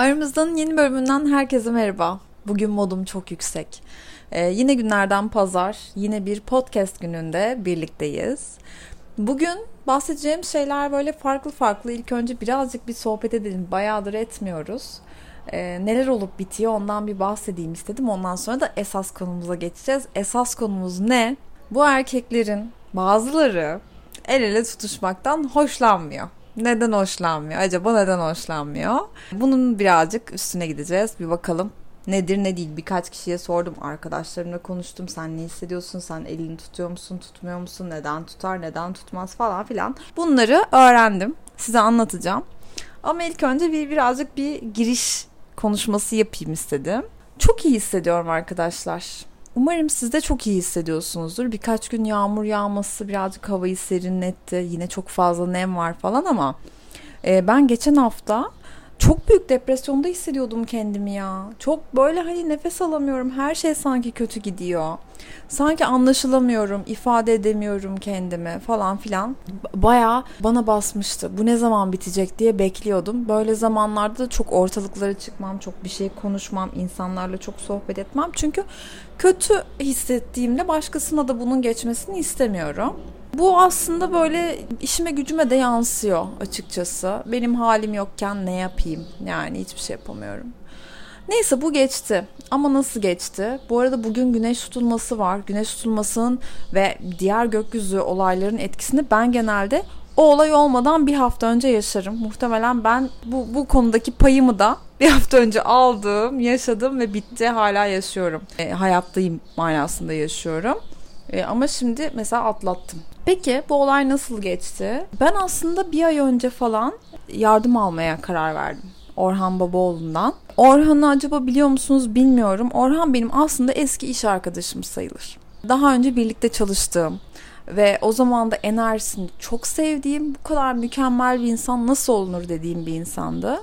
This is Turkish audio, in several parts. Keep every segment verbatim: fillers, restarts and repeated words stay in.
Aramızdan yeni bölümünden herkese merhaba. Bugün modum çok yüksek. Ee, yine günlerden pazar, yine bir podcast gününde birlikteyiz. Bugün bahsedeceğim şeyler böyle farklı farklı. İlk önce birazcık bir sohbet edelim. Bayağıdır etmiyoruz. Ee, neler olup bitiyor ondan bir bahsedeyim istedim. Ondan sonra da esas konumuza geçeceğiz. Esas konumuz ne? Bu erkeklerin bazıları el ele tutuşmaktan hoşlanmıyor. Neden hoşlanmıyor? Acaba neden hoşlanmıyor? Bunun birazcık üstüne gideceğiz. Bir bakalım nedir ne değil. Birkaç kişiye sordum. Arkadaşlarımla konuştum. Sen ne hissediyorsun? Sen elini tutuyor musun? Tutmuyor musun? Neden tutar? Neden tutmaz? Falan filan. Bunları öğrendim. Size anlatacağım. Ama ilk önce bir birazcık bir giriş konuşması yapayım istedim. Çok iyi hissediyorum arkadaşlar. Umarım siz de çok iyi hissediyorsunuzdur. Birkaç gün yağmur yağması birazcık havayı serinletti. Yine çok fazla nem var falan ama e, ben geçen hafta çok büyük depresyonda hissediyordum kendimi ya. Çok böyle hani nefes alamıyorum. Her şey sanki kötü gidiyor. Sanki anlaşılamıyorum, ifade edemiyorum kendimi falan filan. Bayağı bana basmıştı. Bu ne zaman bitecek diye bekliyordum. Böyle zamanlarda da çok ortalıklara çıkmam, çok bir şey konuşmam, insanlarla çok sohbet etmem. Çünkü kötü hissettiğimde başkasına da bunun geçmesini istemiyorum. Bu aslında böyle işime gücüme de yansıyor açıkçası. Benim halim yokken ne yapayım? Yani hiçbir şey yapamıyorum. Neyse bu geçti. Ama nasıl geçti? Bu arada bugün güneş tutulması var. Güneş tutulmasının ve diğer gökyüzü olayların etkisini ben genelde o olay olmadan bir hafta önce yaşarım. Muhtemelen ben bu, bu konudaki payımı da bir hafta önce aldım, yaşadım ve bitti. Hala yaşıyorum. E, hayattayım manasında yaşıyorum. E, ama şimdi mesela atlattım. Peki bu olay nasıl geçti? Ben aslında bir ay önce falan yardım almaya karar verdim. Orhan Babaoğlu'ndan. Orhan'ı acaba biliyor musunuz bilmiyorum. Orhan benim aslında eski iş arkadaşım sayılır. Daha önce birlikte çalıştığım ve o zaman da enerjisini çok sevdiğim, bu kadar mükemmel bir insan nasıl olunur dediğim bir insandı.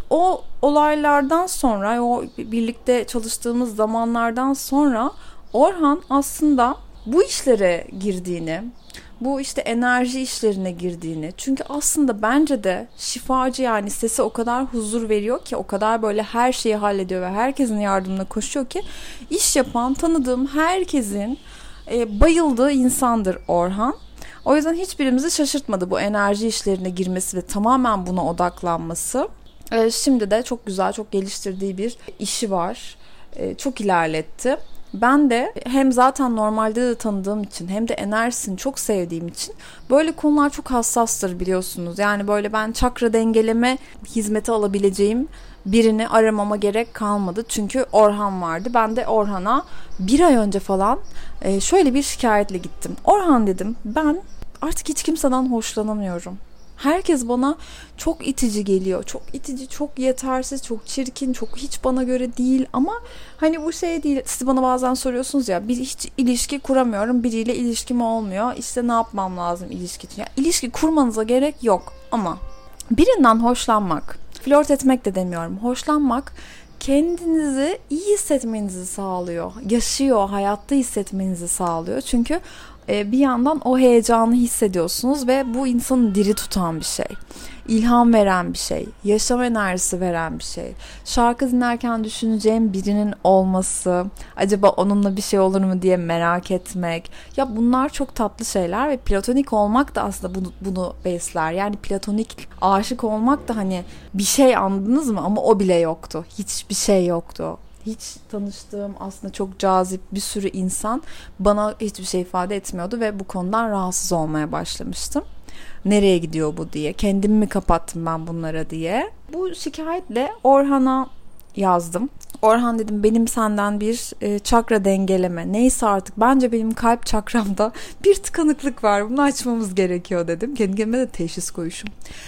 O olaylardan sonra, o birlikte çalıştığımız zamanlardan sonra Orhan aslında bu işlere girdiğini, bu işte enerji işlerine girdiğini, çünkü aslında bence de şifacı, yani sesi o kadar huzur veriyor ki, o kadar böyle her şeyi hallediyor ve herkesin yardımına koşuyor ki, iş yapan tanıdığım herkesin e, bayıldığı insandır Orhan. O yüzden hiçbirimizi şaşırtmadı bu enerji işlerine girmesi ve tamamen buna odaklanması. E, şimdi de çok güzel, çok geliştirdiği bir işi var. E, çok ilerletti. Ben de hem zaten normalde de tanıdığım için hem de enerjisini çok sevdiğim için böyle konular çok hassastır biliyorsunuz. Yani böyle ben çakra dengeleme hizmeti alabileceğim birini aramama gerek kalmadı. Çünkü Orhan vardı. Ben de Orhan'a bir ay önce falan şöyle bir şikayetle gittim. Orhan dedim, ben artık hiç kimseden hoşlanamıyorum. Herkes bana çok itici geliyor. Çok itici, çok yetersiz, çok çirkin, çok hiç bana göre değil. Ama hani bu şey değil. Siz bana bazen soruyorsunuz ya, bir hiç ilişki kuramıyorum. Biriyle ilişkim olmuyor. İşte ne yapmam lazım ilişki için? Yani ilişki kurmanıza gerek yok. Ama birinden hoşlanmak, flört etmek de demiyorum. Hoşlanmak kendinizi iyi hissetmenizi sağlıyor. Yaşıyor, hayatta hissetmenizi sağlıyor. Çünkü bir yandan o heyecanı hissediyorsunuz ve bu insanı diri tutan bir şey. İlham veren bir şey. Yaşam enerjisi veren bir şey. Şarkı dinlerken düşüneceğim birinin olması, acaba onunla bir şey olur mu diye merak etmek. Ya bunlar çok tatlı şeyler ve platonik olmak da aslında bunu, bunu besler. Yani platonik aşık olmak da hani bir şey, anladınız mı? Ama o bile yoktu. Hiçbir şey yoktu. Hiç tanıştığım aslında çok cazip bir sürü insan bana hiçbir şey ifade etmiyordu ve bu konudan rahatsız olmaya başlamıştım. Nereye gidiyor bu diye, kendimi mi kapattım ben bunlara diye. Bu şikayetle Orhan'a yazdım. Orhan dedim, benim senden bir e, çakra dengeleme, neyse artık, bence benim kalp çakramda bir tıkanıklık var, bunu açmamız gerekiyor dedim. Kendi kendime de teşhis koyuşum.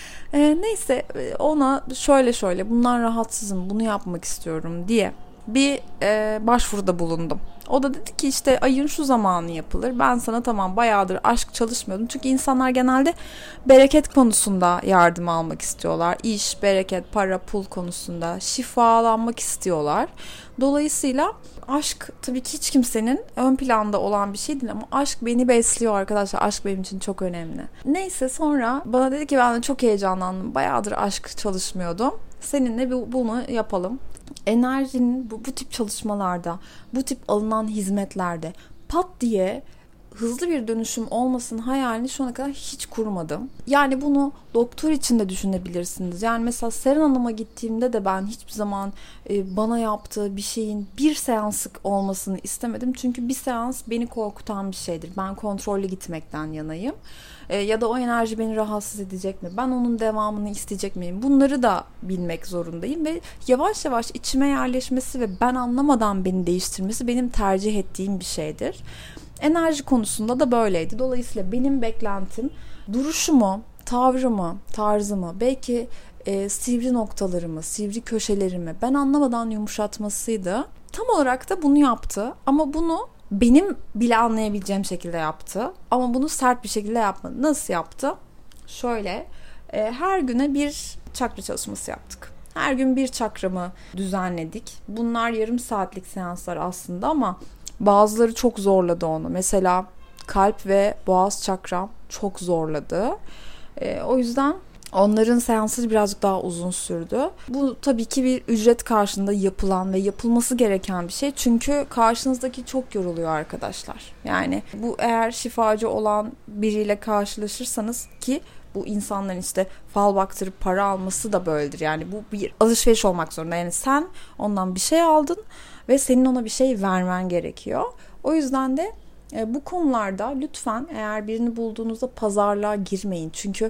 E, neyse ona şöyle şöyle bundan rahatsızım, bunu yapmak istiyorum diye bir e, başvuruda bulundum. O da dedi ki işte ayın şu zamanı yapılır. Ben sana tamam, bayağıdır aşk çalışmıyordum. Çünkü insanlar genelde bereket konusunda yardım almak istiyorlar. İş, bereket, para, pul konusunda şifalanmak istiyorlar. Dolayısıyla aşk tabii ki hiç kimsenin ön planda olan bir şey değil ama aşk beni besliyor arkadaşlar. Aşk benim için çok önemli. Neyse sonra bana dedi ki ben de çok heyecanlandım. Bayağıdır aşk çalışmıyordum. seninle bu, bunu yapalım. Enerjinin bu, bu tip çalışmalarda, bu tip alınan hizmetlerde pat diye hızlı bir dönüşüm olmasının hayalini şu ana kadar hiç kurmadım. Yani bunu doktor için de düşünebilirsiniz. Yani mesela Seren Hanım'a gittiğimde de ben hiçbir zaman e, bana yaptığı bir şeyin bir seanslık olmasını istemedim. Çünkü bir seans beni korkutan bir şeydir. Ben kontrollü gitmekten yanayım. E, ya da o enerji beni rahatsız edecek mi? Ben onun devamını isteyecek miyim? Bunları da bilmek zorundayım ve yavaş yavaş içime yerleşmesi ve ben anlamadan beni değiştirmesi benim tercih ettiğim bir şeydir. Enerji konusunda da böyleydi. Dolayısıyla benim beklentim duruşumu, tavrımı, tarzımı, belki e, sivri noktalarımı, sivri köşelerimi ben anlamadan yumuşatmasıydı. Tam olarak da bunu yaptı ama bunu benim bile anlayabileceğim şekilde yaptı. Ama bunu sert bir şekilde yapmadı. Nasıl yaptı? Şöyle, e, her güne bir çakra çalışması yaptık. Her gün bir çakramı düzenledik. Bunlar yarım saatlik seanslar aslında ama bazıları çok zorladı onu. Mesela kalp ve boğaz çakram çok zorladı. E, o yüzden onların seansı birazcık daha uzun sürdü. Bu tabii ki bir ücret karşılığında yapılan ve yapılması gereken bir şey. Çünkü karşınızdaki çok yoruluyor arkadaşlar. Yani bu eğer şifacı olan biriyle karşılaşırsanız ki bu insanların işte fal baktırıp para alması da böyledir. Yani bu bir alışveriş olmak zorunda. Yani sen ondan bir şey aldın ve senin ona bir şey vermen gerekiyor. O yüzden de e, bu konularda lütfen eğer birini bulduğunuzda pazarlığa girmeyin. Çünkü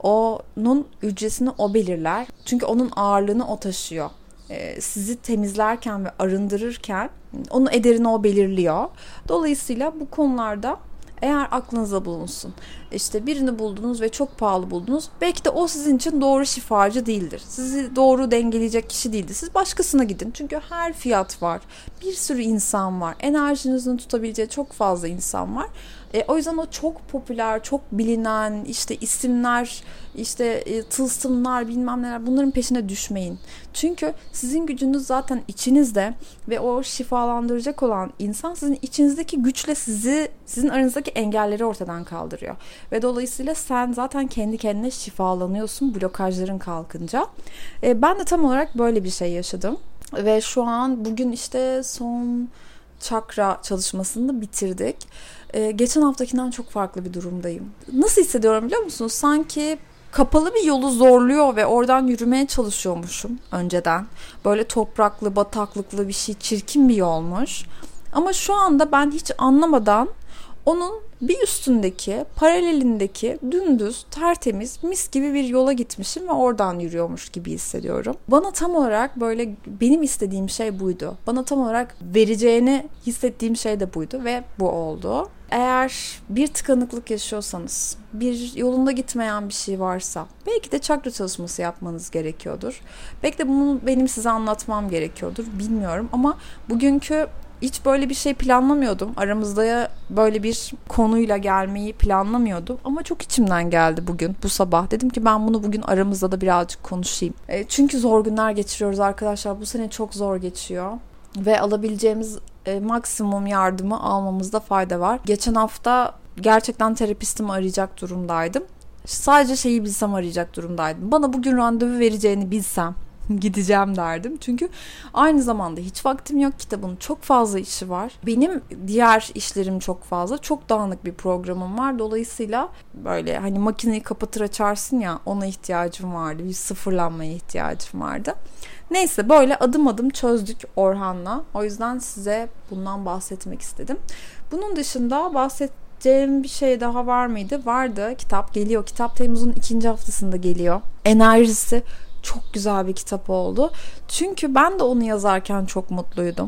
onun ücretini o belirler. Çünkü onun ağırlığını o taşıyor. E, sizi temizlerken ve arındırırken onun ederini o belirliyor. Dolayısıyla bu konularda eğer aklınıza bulunsun. İşte birini buldunuz ve çok pahalı buldunuz. Belki de o sizin için doğru şifacı değildir. Sizi doğru dengeleyecek kişi değildir. Siz başkasına gidin. Çünkü her fiyat var. Bir sürü insan var. Enerjinizin tutabileceği çok fazla insan var. E, o yüzden o çok popüler, çok bilinen işte isimler, işte e, tılsımlar, bilmem neler, bunların peşine düşmeyin. Çünkü sizin gücünüz zaten içinizde ve o şifalandıracak olan insan sizin içinizdeki güçle sizi, sizin aranızdaki engelleri ortadan kaldırıyor. Ve dolayısıyla sen zaten kendi kendine şifalanıyorsun blokajların kalkınca. E, ben de tam olarak böyle bir şey yaşadım. Ve şu an bugün işte son çakra çalışmasını bitirdik. Ee, geçen haftakinden çok farklı bir durumdayım. Nasıl hissediyorum biliyor musunuz? Sanki kapalı bir yolu zorluyor ve oradan yürümeye çalışıyormuşum önceden. Böyle topraklı, bataklıklı bir şey, çirkin bir yolmuş. Ama şu anda ben hiç anlamadan onun bir üstündeki, paralelindeki dümdüz, tertemiz, mis gibi bir yola gitmişim ve oradan yürüyormuş gibi hissediyorum. Bana tam olarak böyle benim istediğim şey buydu. Bana tam olarak vereceğini hissettiğim şey de buydu ve bu oldu. Eğer bir tıkanıklık yaşıyorsanız, bir yolunda gitmeyen bir şey varsa belki de çakra çalışması yapmanız gerekiyordur. Belki de bunu benim size anlatmam gerekiyordur, bilmiyorum ama bugünkü hiç böyle bir şey planlamıyordum. Aramızda böyle bir konuyla gelmeyi planlamıyordum. Ama çok içimden geldi bugün, bu sabah. Dedim ki ben bunu bugün aramızda da birazcık konuşayım. E, çünkü zor günler geçiriyoruz arkadaşlar. Bu sene çok zor geçiyor. Ve alabileceğimiz e, maksimum yardımı almamızda fayda var. Geçen hafta gerçekten terapistimi arayacak durumdaydım. Sadece şeyi bilsem arayacak durumdaydım. Bana bugün randevu vereceğini bilsem gideceğim derdim. Çünkü aynı zamanda hiç vaktim yok. Kitabın çok fazla işi var. Benim diğer işlerim çok fazla. Çok dağınık bir programım var. Dolayısıyla böyle hani makineyi kapatır açarsın ya, ona ihtiyacım vardı. Bir sıfırlanmaya ihtiyacım vardı. Neyse böyle adım adım çözdük Orhan'la. O yüzden size bundan bahsetmek istedim. Bunun dışında bahsedeceğim bir şey daha var mıydı? Vardı. Kitap geliyor. Kitap Temmuz'un ikinci haftasında geliyor. Enerjisi çok güzel bir kitap oldu. Çünkü ben de onu yazarken çok mutluydum.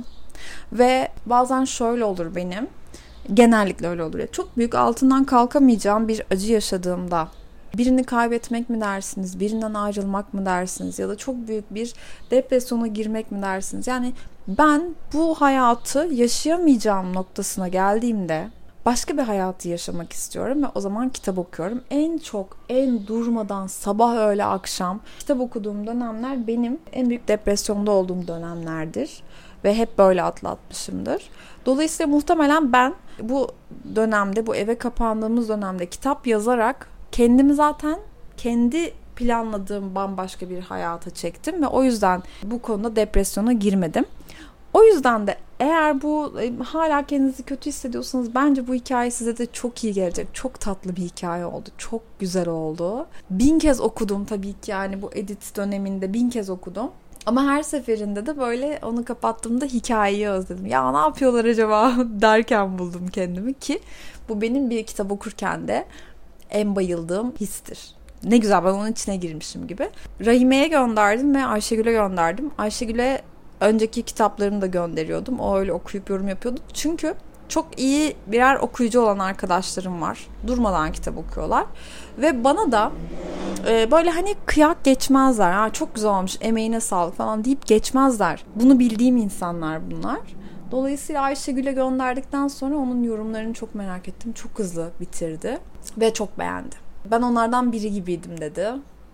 Ve bazen şöyle olur benim. Genellikle öyle olur. Çok büyük altından kalkamayacağım bir acı yaşadığımda, birini kaybetmek mi dersiniz, birinden ayrılmak mı dersiniz ya da çok büyük bir depresyona girmek mi dersiniz? Yani ben bu hayatı yaşayamayacağım noktasına geldiğimde başka bir hayatı yaşamak istiyorum ve o zaman kitap okuyorum. En çok, en durmadan sabah öğle akşam kitap okuduğum dönemler benim en büyük depresyonda olduğum dönemlerdir. Ve hep böyle atlatmışımdır. Dolayısıyla muhtemelen ben bu dönemde, bu eve kapandığımız dönemde kitap yazarak kendimi zaten kendi planladığım bambaşka bir hayata çektim ve o yüzden bu konuda depresyona girmedim. O yüzden de eğer bu hala kendinizi kötü hissediyorsanız bence bu hikaye size de çok iyi gelecek. Çok tatlı bir hikaye oldu. Çok güzel oldu. Bin kez okudum tabii ki, yani bu edit döneminde bin kez okudum. Ama her seferinde de böyle onu kapattığımda hikayeyi özledim. Ya ne yapıyorlar acaba derken buldum kendimi, ki bu benim bir kitap okurken de en bayıldığım histir. Ne güzel, ben onun içine girmişim gibi. Rahime'ye gönderdim ve Ayşegül'e gönderdim. Ayşegül'e önceki kitaplarımı da gönderiyordum. O öyle okuyup yorum yapıyordu. Çünkü çok iyi birer okuyucu olan arkadaşlarım var. Durmadan kitap okuyorlar. Ve bana da e, böyle hani kıyak geçmezler. Ha, çok güzel olmuş, emeğine sağlık falan deyip geçmezler. Bunu bildiğim insanlar bunlar. Dolayısıyla Ayşegül'e gönderdikten sonra onun yorumlarını çok merak ettim. Çok hızlı bitirdi ve çok beğendi. Ben onlardan biri gibiydim dedi.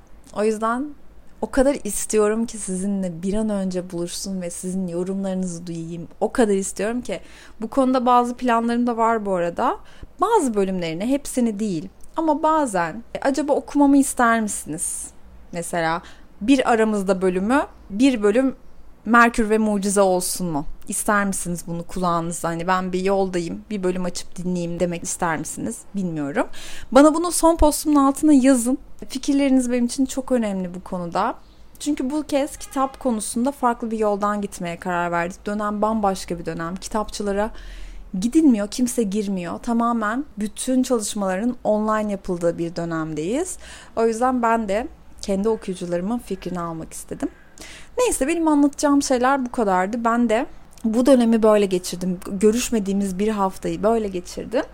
O yüzden o kadar istiyorum ki sizinle bir an önce buluşsun ve sizin yorumlarınızı duyayım. O kadar istiyorum ki. Bu konuda bazı planlarım da var bu arada. Bazı bölümlerini, hepsini değil. Ama bazen acaba okumamı ister misiniz? Mesela bir aramızda bölümü, bir bölüm Merkür ve Mucize olsun mu? İster misiniz bunu kulağınızda? Hani ben bir yoldayım, bir bölüm açıp dinleyeyim demek ister misiniz? Bilmiyorum. Bana bunu son postumun altına yazın. Fikirleriniz benim için çok önemli bu konuda. Çünkü bu kez kitap konusunda farklı bir yoldan gitmeye karar verdik. Dönem bambaşka bir dönem. Kitapçılara gidilmiyor, kimse girmiyor. Tamamen bütün çalışmaların online yapıldığı bir dönemdeyiz. O yüzden ben de kendi okuyucularımın fikrini almak istedim. Neyse, benim anlatacağım şeyler bu kadardı. Ben de bu dönemi böyle geçirdim. Görüşmediğimiz bir haftayı böyle geçirdim.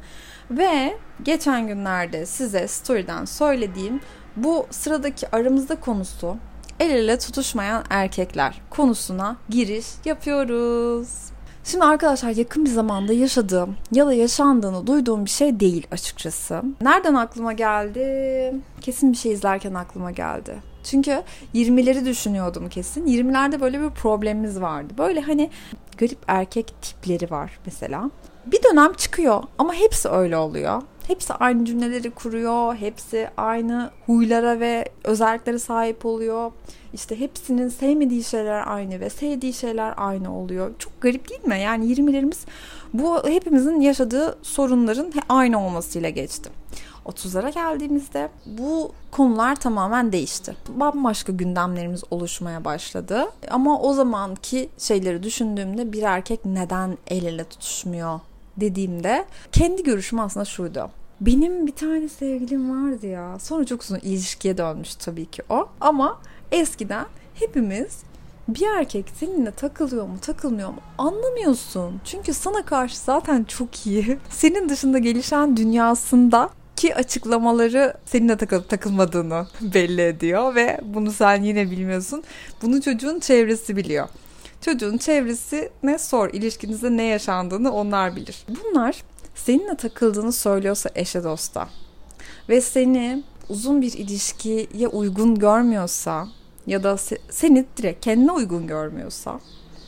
Ve geçen günlerde size story'den söylediğim bu sıradaki aramızda konusu el ele tutuşmayan erkekler konusuna giriş yapıyoruz. Şimdi arkadaşlar, yakın bir zamanda yaşadığım ya da yaşandığını duyduğum bir şey değil açıkçası. Nereden aklıma geldi? Kesin bir şey izlerken aklıma geldi. Çünkü yirmileri düşünüyordum kesin. yirmilerde böyle bir problemimiz vardı. Böyle hani garip erkek tipleri var mesela. Bir dönem çıkıyor ama hepsi öyle oluyor. Hepsi aynı cümleleri kuruyor. Hepsi aynı huylara ve özelliklere sahip oluyor. İşte hepsinin sevmediği şeyler aynı ve sevdiği şeyler aynı oluyor. Çok garip değil mi? Yani yirmilerimiz bu hepimizin yaşadığı sorunların aynı olmasıyla geçti. otuzlara geldiğimizde bu konular tamamen değişti. Bambaşka gündemlerimiz oluşmaya başladı. Ama o zamanki şeyleri düşündüğümde bir erkek neden el ele tutuşmuyor dediğimde kendi görüşüm aslında şuydu. Benim bir tane sevgilim vardı ya. Sonra çok uzun ilişkiye dönmüş tabii ki o. Ama eskiden hepimiz bir erkek seninle takılıyor mu takılmıyor mu anlamıyorsun. Çünkü sana karşı zaten çok iyi. Senin dışında gelişen dünyasında ki açıklamaları seninle takılıp takılmadığını belli ediyor ve bunu sen yine bilmiyorsun. Bunu çocuğun çevresi biliyor. Çocuğun çevresine sor, ilişkinizde ne yaşandığını onlar bilir. Bunlar seninle takıldığını söylüyorsa eşe dosta ve seni uzun bir ilişkiye uygun görmüyorsa ya da seni direkt kendine uygun görmüyorsa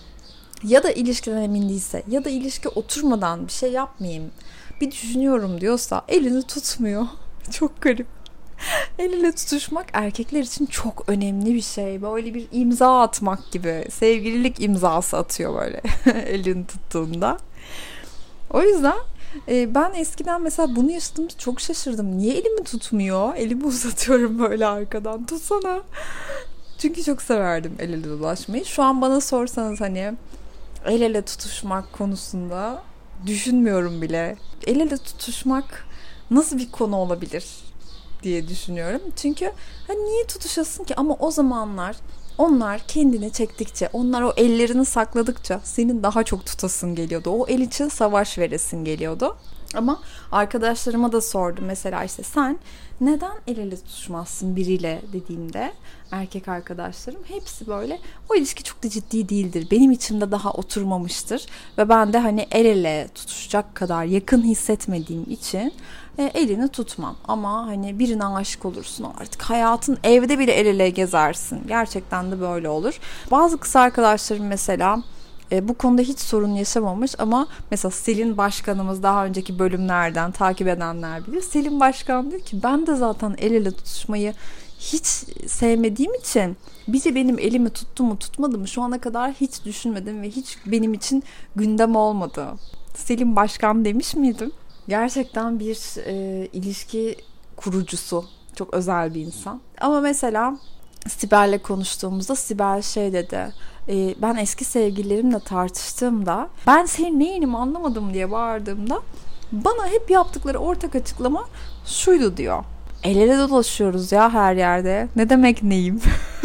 ya da ilişkiden emin değilse ya da ilişki oturmadan bir şey yapmayayım, bir düşünüyorum diyorsa elini tutmuyor. Çok garip. El ele tutuşmak erkekler için çok önemli bir şey. Böyle bir imza atmak gibi. Sevgililik imzası atıyor böyle elini tuttuğunda. O yüzden e, ben eskiden mesela bunu yaşadığımda çok şaşırdım. Niye elimi tutmuyor? Elimi uzatıyorum böyle arkadan. Tutsana. Çünkü çok severdim el ele dolaşmayı. Şu an bana sorsanız hani el ele tutuşmak konusunda düşünmüyorum bile. El ele tutuşmak nasıl bir konu olabilir diye düşünüyorum. Çünkü hani niye tutuşasın ki? Ama o zamanlar onlar kendini çektikçe, onlar o ellerini sakladıkça senin daha çok tutasın geliyordu. O el için savaş veresin geliyordu. Ama arkadaşlarıma da sordum. Mesela işte sen neden el ele tutuşmazsın biriyle dediğimde erkek arkadaşlarım hepsi böyle o ilişki çok da ciddi değildir. Benim içimde daha oturmamıştır. Ve ben de hani el ele tutuşacak kadar yakın hissetmediğim için e, elini tutmam. Ama hani birine aşık olursun artık hayatın evde bile el ele gezersin. Gerçekten de böyle olur. Bazı kız arkadaşlarım mesela E, bu konuda hiç sorun yaşamamış ama mesela Selin Başkanımız daha önceki bölümlerden takip edenler bilir. Selin Başkan diyor ki ben de zaten el ele tutuşmayı hiç sevmediğim için bir de benim elimi tuttu mu tutmadı mı şu ana kadar hiç düşünmedim ve hiç benim için gündem olmadı. Selim Başkan demiş miydim? Gerçekten bir e, ilişki kurucusu. Çok özel bir insan. Ama mesela Sibel'le konuştuğumuzda Sibel şey dedi. E, ben eski sevgililerimle tartıştığımda ben senin neyini anlamadım diye bağırdığımda bana hep yaptıkları ortak açıklama şuydu diyor. El ele dolaşıyoruz ya her yerde. Ne demek neyim?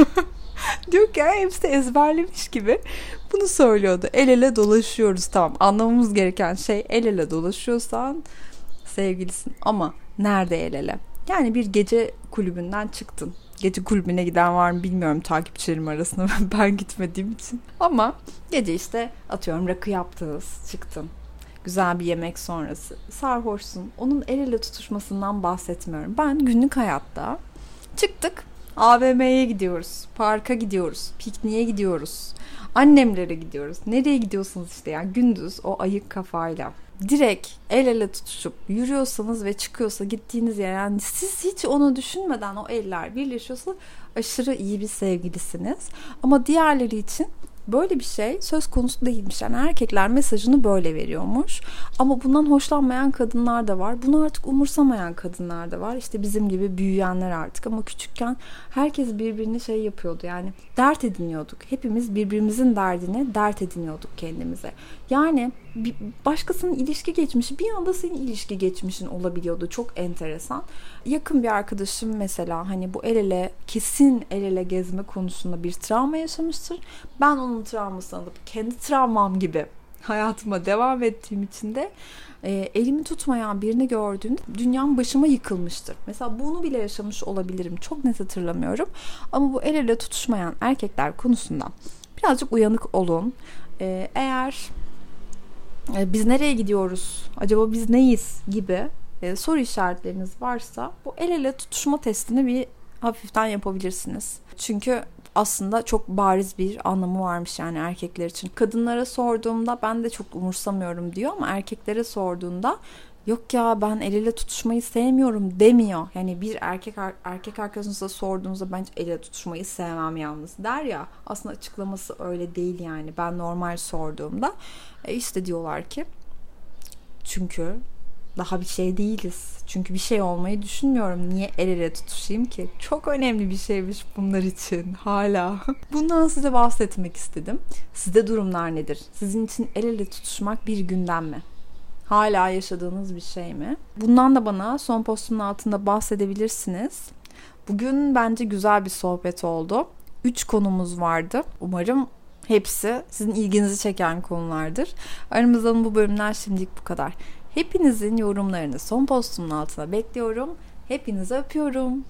Diyor ki hepsi ezberlemiş gibi bunu söylüyordu. El ele dolaşıyoruz, tamam. Anlamamız gereken şey el ele dolaşıyorsan sevgilisin. Ama nerede el ele? Yani bir gece kulübünden çıktın. Gece kulübüne giden var mı bilmiyorum takipçilerim arasında. Ben gitmediğim için. Ama gece işte atıyorum rakı yaptınız, çıktın. Güzel bir yemek sonrası. Sarhoşsun. Onun el ele tutuşmasından bahsetmiyorum. Ben günlük hayatta çıktık. A V M'ye gidiyoruz. Parka gidiyoruz. Pikniğe gidiyoruz. Annemlere gidiyoruz. Nereye gidiyorsunuz işte yani gündüz o ayık kafayla. Direkt el ele tutuşup yürüyorsanız ve çıkıyorsa gittiğiniz yer yani siz hiç onu düşünmeden o eller birleşiyorsa aşırı iyi bir sevgilisiniz. Ama diğerleri için böyle bir şey söz konusu değilmiş. Yani erkekler mesajını böyle veriyormuş. Ama bundan hoşlanmayan kadınlar da var. Bunu artık umursamayan kadınlar da var. İşte bizim gibi büyüyenler artık. Ama küçükken herkes birbirini şey yapıyordu. Yani dert ediniyorduk. Hepimiz birbirimizin derdini dert ediniyorduk kendimize. Yani bir başkasının ilişki geçmişi bir anda senin ilişki geçmişin olabiliyordu. Çok enteresan. Yakın bir arkadaşım mesela hani bu el ele kesin el ele gezme konusunda bir travma yaşamıştır. Ben onun travmasını alıp kendi travmam gibi hayatıma devam ettiğim için de e, elimi tutmayan birini gördüğümde dünyam başıma yıkılmıştır. Mesela bunu bile yaşamış olabilirim. Çok net hatırlamıyorum. Ama bu el ele tutuşmayan erkekler konusunda birazcık uyanık olun. E, eğer e, biz nereye gidiyoruz? Acaba biz neyiz? Gibi e, soru işaretleriniz varsa bu el ele tutuşma testini bir hafiften yapabilirsiniz. Çünkü aslında çok bariz bir anlamı varmış yani erkekler için. Kadınlara sorduğumda ben de çok umursamıyorum diyor ama erkeklere sorduğunda yok ya ben el ele tutuşmayı sevmiyorum demiyor. Yani bir erkek erkek arkadaşınıza sorduğunuzda ben el ele tutuşmayı sevmem yalnız der ya. Aslında açıklaması öyle değil yani. Ben normal sorduğumda e işte diyorlar ki çünkü daha bir şey değiliz. Çünkü bir şey olmayı düşünmüyorum. Niye el ele tutuşayım ki? Çok önemli bir şeymiş bunlar için hala. Bundan size bahsetmek istedim. Sizde durumlar nedir? Sizin için el ele tutuşmak bir gündem mi? Hala yaşadığınız bir şey mi? Bundan da bana son postumun altında bahsedebilirsiniz. Bugün bence güzel bir sohbet oldu. Üç konumuz vardı. Umarım hepsi sizin ilginizi çeken konulardır. Aramızdan bu bölümler şimdilik bu kadar. Hepinizin yorumlarını son postumun altına bekliyorum. Hepinizi öpüyorum.